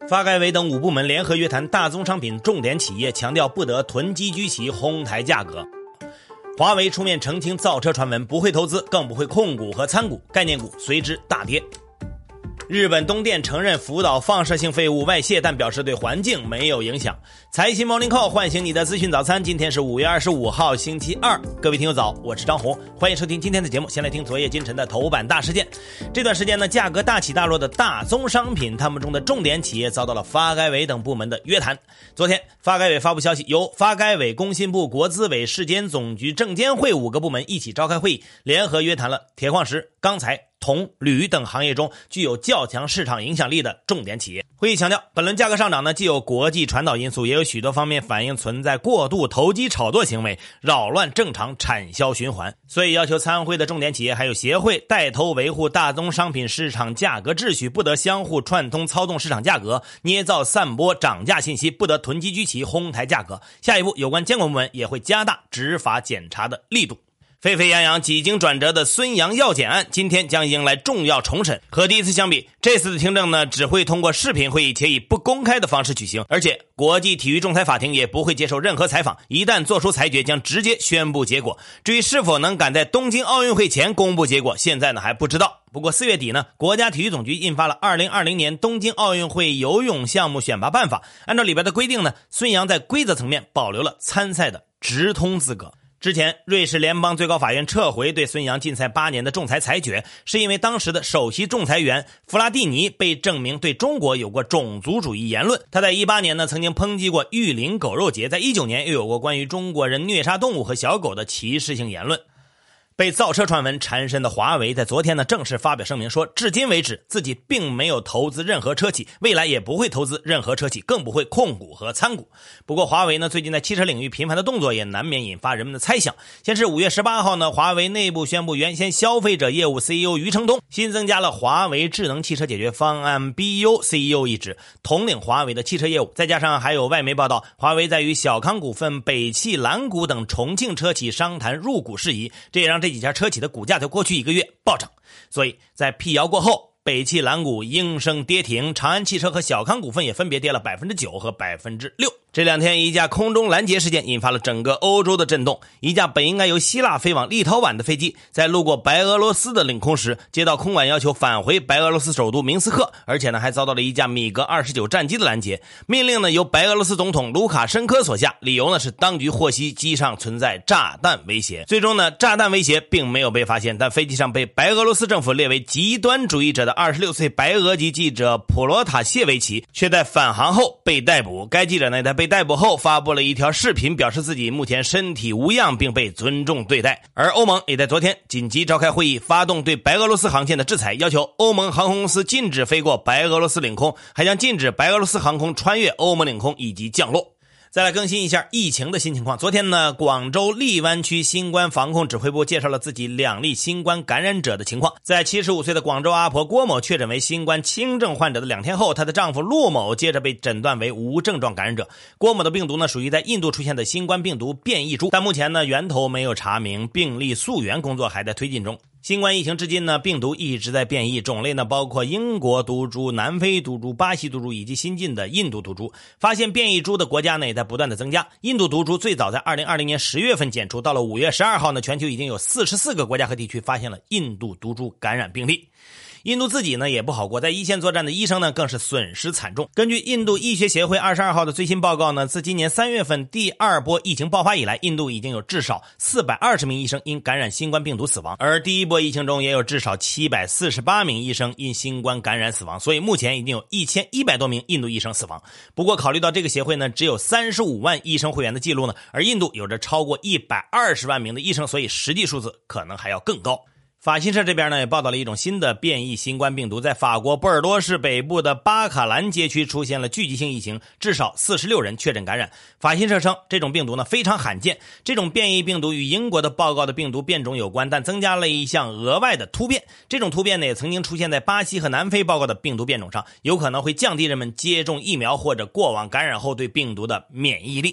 发改委等5部门联合约谈大宗商品重点企业，强调不得囤积居奇哄抬价格。华为出面澄清造车传闻，不会投资，更不会控股和参股，概念股随之大跌。日本东电承认福岛放射性废物外泄，但表示对环境没有影响。财新 Morning Call 唤醒你的资讯早餐，今天是5月25号星期二，各位听友早，我是张红，欢迎收听今天的节目。先来听昨夜今晨的头版大事件。这段时间呢，价格大起大落的大宗商品，他们中的重点企业遭到了发改委等部门的约谈。昨天发改委发布消息，由发改委、工信部、国资委、市监总局、证监会5个部门一起召开会议，联合约谈了铁矿石、钢材、铜、铝等行业中具有较强市场影响力的重点企业。会议强调，本轮价格上涨呢，既有国际传导因素，也有许多方面反映存在过度投机炒作行为，扰乱正常产销循环。所以要求参会的重点企业还有协会带头维护大宗商品市场价格秩序，不得相互串通操纵市场价格，捏造散播涨价信息，不得囤积居奇哄抬价格。下一步，有关监管部门也会加大执法检查的力度。沸沸扬扬、几经转折的孙杨药检案，今天将迎来重要重审。和第一次相比，这次的听证呢，只会通过视频会议，且以不公开的方式举行，而且国际体育仲裁法庭也不会接受任何采访，一旦做出裁决，将直接宣布结果。至于是否能赶在东京奥运会前公布结果，现在呢还不知道。不过4月底呢，国家体育总局印发了2020年东京奥运会游泳项目选拔办法，按照里边的规定呢，孙杨在规则层面保留了参赛的直通资格。之前瑞士联邦最高法院撤回对孙杨禁赛8年的仲裁裁决，是因为当时的首席仲裁员弗拉蒂尼被证明对中国有过种族主义言论。他在18年呢曾经抨击过玉林狗肉节，在19年又有过关于中国人虐杀动物和小狗的歧视性言论。被造车传闻缠身的华为在昨天呢正式发表声明说，至今为止自己并没有投资任何车企，未来也不会投资任何车企，更不会控股和参股。不过华为呢最近在汽车领域频繁的动作也难免引发人们的猜想。先是5月18号呢，华为内部宣布原先消费者业务 CEO 余承东新增加了华为智能汽车解决方案 BU CEO 一职，统领华为的汽车业务。再加上还有外媒报道，华为在与小康股份、北汽蓝谷等重庆车企商谈入股事宜，这也让这几家车企的股价在过去1个月暴涨。所以在辟谣过后，北汽蓝谷应声跌停，长安汽车和小康股份也分别跌了 9% 和 6%。这2天一架空中拦截事件引发了整个欧洲的震动。一架本应该由希腊飞往立陶宛的飞机，在路过白俄罗斯的领空时，接到空管要求返回白俄罗斯首都明斯克，而且呢还遭到了一架米格29战机的拦截。命令呢由白俄罗斯总统卢卡申科所下，理由呢是当局获悉机上存在炸弹威胁。最终呢炸弹威胁并没有被发现，但飞机上被白俄罗斯政府列为极端主义者的26岁白俄籍记者普罗塔谢维奇却在返航后被逮捕。该记者呢在被逮捕后发布了一条视频，表示自己目前身体无恙并被尊重对待。而欧盟也在昨天紧急召开会议，发动对白俄罗斯航线的制裁，要求欧盟航空公司禁止飞过白俄罗斯领空，还将禁止白俄罗斯航空穿越欧盟领空以及降落。再来更新一下疫情的新情况。昨天呢，广州荔湾区新冠防控指挥部介绍了自己2例新冠感染者的情况。在75岁的广州阿婆郭某确诊为新冠轻症患者的2天后，她的丈夫陆某接着被诊断为无症状感染者。郭某的病毒呢，属于在印度出现的新冠病毒变异株，但目前呢源头没有查明，病例溯源工作还在推进中。新冠疫情至今呢，病毒一直在变异，种类呢包括英国毒株、南非毒株、巴西毒株以及新进的印度毒株。发现变异株的国家呢也在不断的增加。印度毒株最早在2020年10月份检出，到了5月12号呢，全球已经有44个国家和地区发现了印度毒株感染病例。印度自己呢也不好过，在一线作战的医生呢更是损失惨重。根据印度医学协会22号的最新报告呢，自今年3月份第2波疫情爆发以来，印度已经有至少420名医生因感染新冠病毒死亡，而第1波疫情中也有至少748名医生因新冠感染死亡，所以目前已经有1100多名印度医生死亡。不过考虑到这个协会呢只有35万医生会员的记录呢，而印度有着超过120万名的医生，所以实际数字可能还要更高。法新社这边呢也报道了一种新的变异新冠病毒，在法国波尔多市北部的巴卡兰街区出现了聚集性疫情，至少46人确诊感染。法新社称这种病毒呢非常罕见，这种变异病毒与英国的报告的病毒变种有关，但增加了一项额外的突变。这种突变呢也曾经出现在巴西和南非报告的病毒变种上，有可能会降低人们接种疫苗或者过往感染后对病毒的免疫力。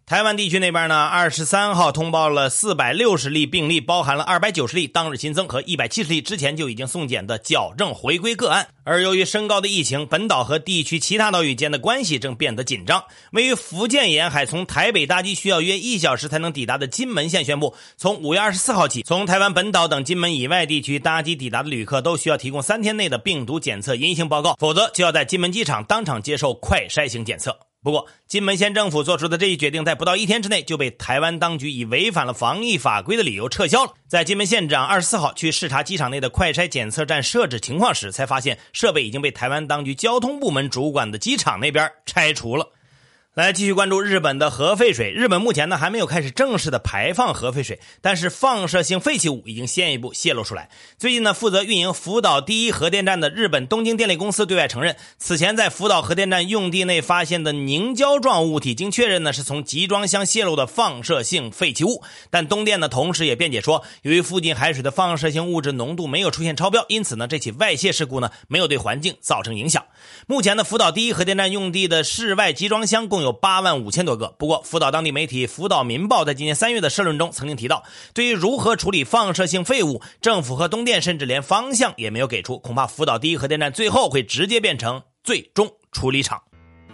台湾地区那边呢，23号通报了460例病例，包含了290例当日新增和170例之前就已经送检的矫正回归个案。而由于升高的疫情，本岛和地区其他岛屿间的关系正变得紧张。位于福建沿海，从台北搭机需要约1小时才能抵达的金门县宣布，从5月24号起，从台湾本岛等金门以外地区搭机抵达的旅客都需要提供3天内的病毒检测阴性报告，否则就要在金门机场当场接受快筛型检测。不过，金门县政府做出的这一决定在不到1天之内就被台湾当局以违反了防疫法规的理由撤销了。在金门县长24号去视察机场内的快筛检测站设置情况时，才发现设备已经被台湾当局交通部门主管的机场那边拆除了。来继续关注日本的核废水。日本目前呢还没有开始正式的排放核废水，但是放射性废弃物已经先一步泄露出来。最近呢，负责运营福岛第一核电站的日本东京电力公司对外承认，此前在福岛核电站用地内发现的凝胶状物体，经确认呢是从集装箱泄露的放射性废弃物。但东电呢同时也辩解说，由于附近海水的放射性物质浓度没有出现超标，因此呢这起外泄事故呢没有对环境造成影响。目前的福岛第一核电站用地的室外集装箱共有85000多个。不过福岛当地媒体福岛民报在今年3月的社论中曾经提到，对于如何处理放射性废物，政府和东电甚至连方向也没有给出，恐怕福岛第一核电站最后会直接变成最终处理厂。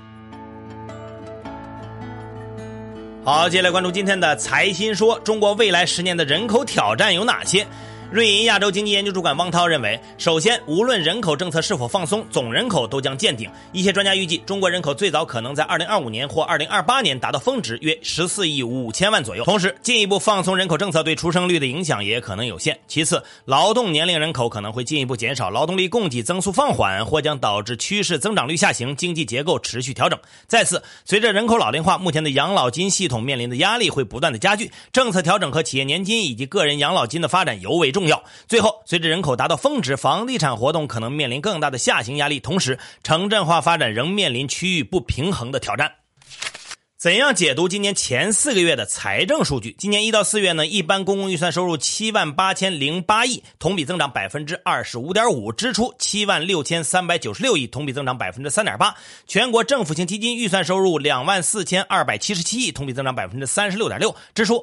好，接下来关注今天的财新说，中国未来10年的人口挑战有哪些？瑞银亚洲经济研究主管汪涛认为，首先，无论人口政策是否放松，总人口都将见顶。一些专家预计，中国人口最早可能在2025年或2028年达到峰值，约14亿5千万左右。同时，进一步放松人口政策对出生率的影响也可能有限。其次，劳动年龄人口可能会进一步减少，劳动力供给增速放缓，或将导致趋势增长率下行，经济结构持续调整。再次，随着人口老龄化，目前的养老金系统面临的压力会不断的加剧，政策调整和企业年金以及个人养老金的发展尤为重要。最后，随着人口达到峰值，房地产活动可能面临更大的下行压力，同时城镇化发展仍面临区域不平衡的挑战。怎样解读今年前4个月的财政数据？今年1到4月呢，一般公共预算收入78008亿，同比增长 25.5%， 支出76396亿，同比增长 3.8%。全国政府性基金预算收入24277亿，同比增长 36.6%， 支出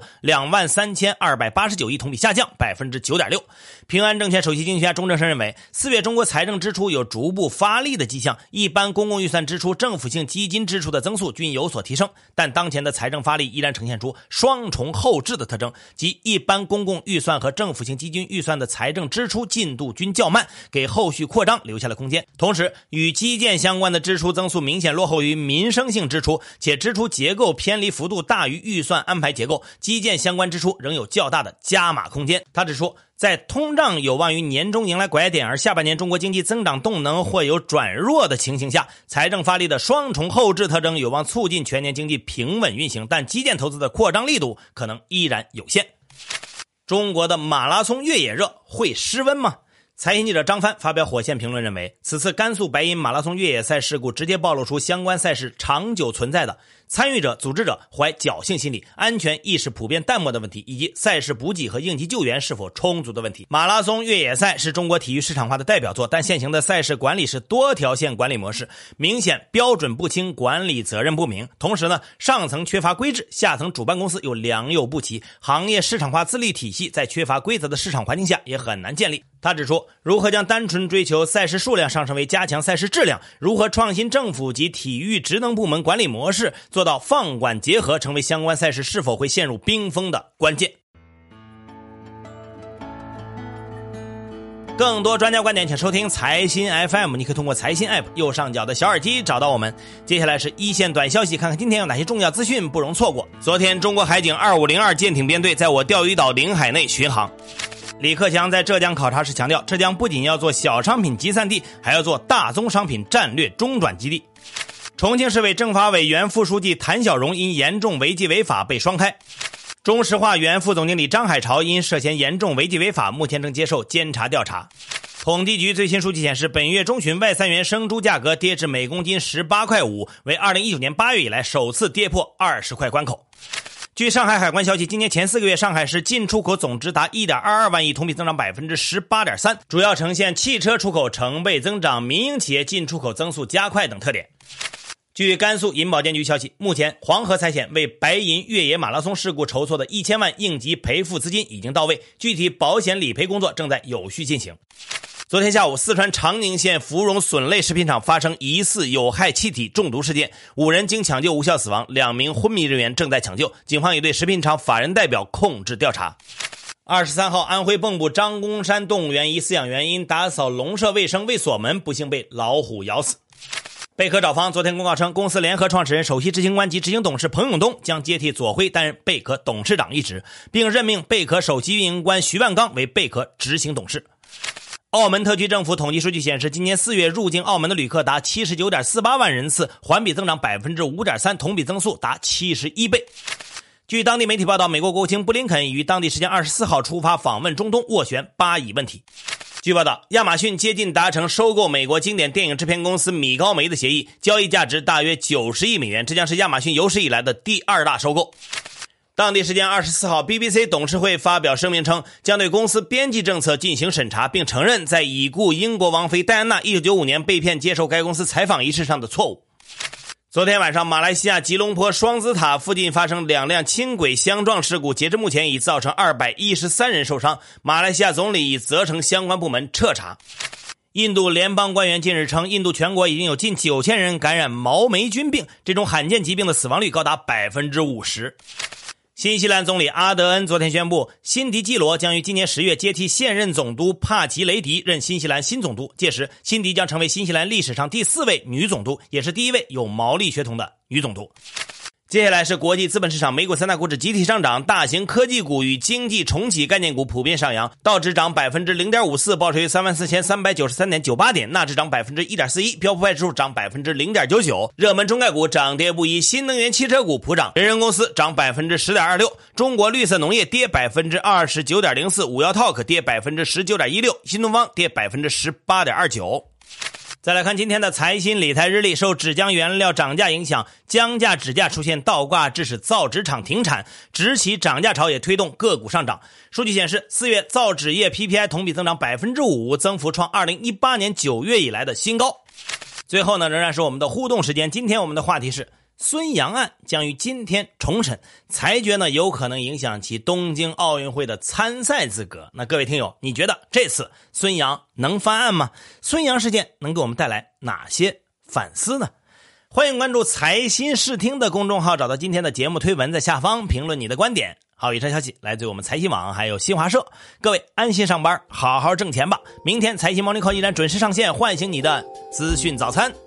23289亿，同比下降 9.6%。平安证券首席经济学家钟正生认为，4月中国财政支出有逐步发力的迹象，一般公共预算支出、政府性基金支出的增速均有所提升。但当前的财政发力依然呈现出双重后置的特征，即一般公共预算和政府性基金预算的财政支出进度均较慢，给后续扩张留下了空间。同时，与基建相关的支出增速明显落后于民生性支出，且支出结构偏离幅度大于预算安排结构，基建相关支出仍有较大的加码空间。他指出，在通胀有望于年中迎来拐点，而下半年中国经济增长动能会有转弱的情形下，财政发力的双重后置特征有望促进全年经济平稳运行，但基建投资的扩张力度可能依然有限。中国的马拉松越野热会失温吗？财经记者张帆发表火线评论认为，此次甘肃白银马拉松越野赛事故直接暴露出相关赛事长久存在的参与者、组织者怀侥幸心理、安全意识普遍淡漠的问题，以及赛事补给和应急救援是否充足的问题。马拉松越野赛是中国体育市场化的代表作，但现行的赛事管理是多条线管理模式，明显标准不清，管理责任不明。同时呢，上层缺乏规制，下层主办公司又良莠不齐，行业市场化自律体系在缺乏规则的市场环境下也很难建立。他指出，如何将单纯追求赛事数量上升为加强赛事质量，如何创新政府及体育职能部门管理模式，做到放管结合，成为相关赛事是否会陷入冰封的关键。更多专家观点请收听财新 FM， 你可以通过财新 App 右上角的小耳机找到我们。接下来是一线短消息，看看今天有哪些重要资讯不容错过。昨天中国海警2502舰艇编队在我钓鱼岛领海内巡航。李克强在浙江考察时强调，浙江不仅要做小商品集散地，还要做大宗商品战略中转基地。重庆市委政法委原副书记谭小荣因严重违纪违法被双开。中石化原副总经理张海潮因涉嫌严重违纪违法，目前正接受监察调查。统计局最新数据显示，本月中旬外3元生猪价格跌至每公斤18.5块，为2019年8月以来首次跌破20块关口。据上海海关消息，今年前4个月，上海市进出口总值达 1.22 万亿，同比增长 18.3%， 主要呈现汽车出口成倍增长、民营企业进出口增速加快等特点。 据甘肃银保监局消息，目前黄河财险为白银越野马拉松事故筹措的1000万应急赔付资金已经到位，具体保险理赔工作正在有序进行。昨天下午，四川长宁县芙蓉笋类食品厂发生疑似有害气体中毒事件，5人经抢救无效死亡，2名昏迷人员正在抢救，警方已对食品厂法人代表控制调查。23号，安徽蚌埠张公山动物园一饲养员因打扫笼舍卫生未锁门，不幸被老虎咬死。贝壳找方昨天公告称，公司联合创始人、首席执行官及执行董事彭永东将接替左晖担任贝壳董事长一职，并任命贝壳首席运营官徐万刚为贝壳执行董事。澳门特区政府统计数据显示，今年4月入境澳门的旅客达 79.48 万人次，环比增长 5.3%， 同比增速达71倍。据当地媒体报道，美国国务卿布林肯已于当地时间24号出发访问中东，斡旋巴以问题。据报道，亚马逊接近达成收购美国经典电影制片公司米高梅的协议，交易价值大约90亿美元，这将是亚马逊有史以来的第2大收购。当地时间24号 BBC 董事会发表声明称，将对公司编辑政策进行审查，并承认在已故英国王妃戴安娜1995年被骗接受该公司采访一事上的错误。昨天晚上，马来西亚吉隆坡双子塔附近发生2辆轻轨相撞事故，截至目前已造成213人受伤。马来西亚总理已责成相关部门彻查。印度联邦官员近日称，印度全国已经有近9000人感染毛霉菌病，这种罕见疾病的死亡率高达 50%。新西兰总理阿德恩昨天宣布，辛迪基罗将于今年10月接替现任总督帕吉雷迪任新西兰新总督，届时辛迪将成为新西兰历史上第4位女总督，也是第1位有毛利血统的女总督。接下来是国际资本市场，美股3大股指集体上涨，大型科技股与经济重启概念股普遍上扬，道指涨 0.54%， 报收于 34,393.98 点，纳指涨 1.41%， 标普500指数涨 0.99%， 热门中概股涨跌不一，新能源汽车股普涨，人人公司涨 10.26%， 中国绿色农业跌 29.04%， 五幺 Talk 跌 19.16%， 新东方跌 18.29%。再来看今天的财新理财日历，受纸浆原料涨价影响，浆价纸价出现倒挂，致使造纸厂停产，纸企涨价潮也推动个股上涨。数据显示，4月造纸业 PPI 同比增长 5%， 增幅创2018年9月以来的新高。最后呢，仍然是我们的互动时间，今天我们的话题是孙杨案将于今天重审，裁决呢有可能影响其东京奥运会的参赛资格。那各位听友，你觉得这次孙杨能翻案吗？孙杨事件能给我们带来哪些反思呢？欢迎关注财新视听的公众号，找到今天的节目推文，在下方评论你的观点。好，以上消息来自于我们财新网还有新华社。各位安心上班，好好挣钱吧。明天财新 Morning Call 依然准时上线，唤醒你的资讯早餐。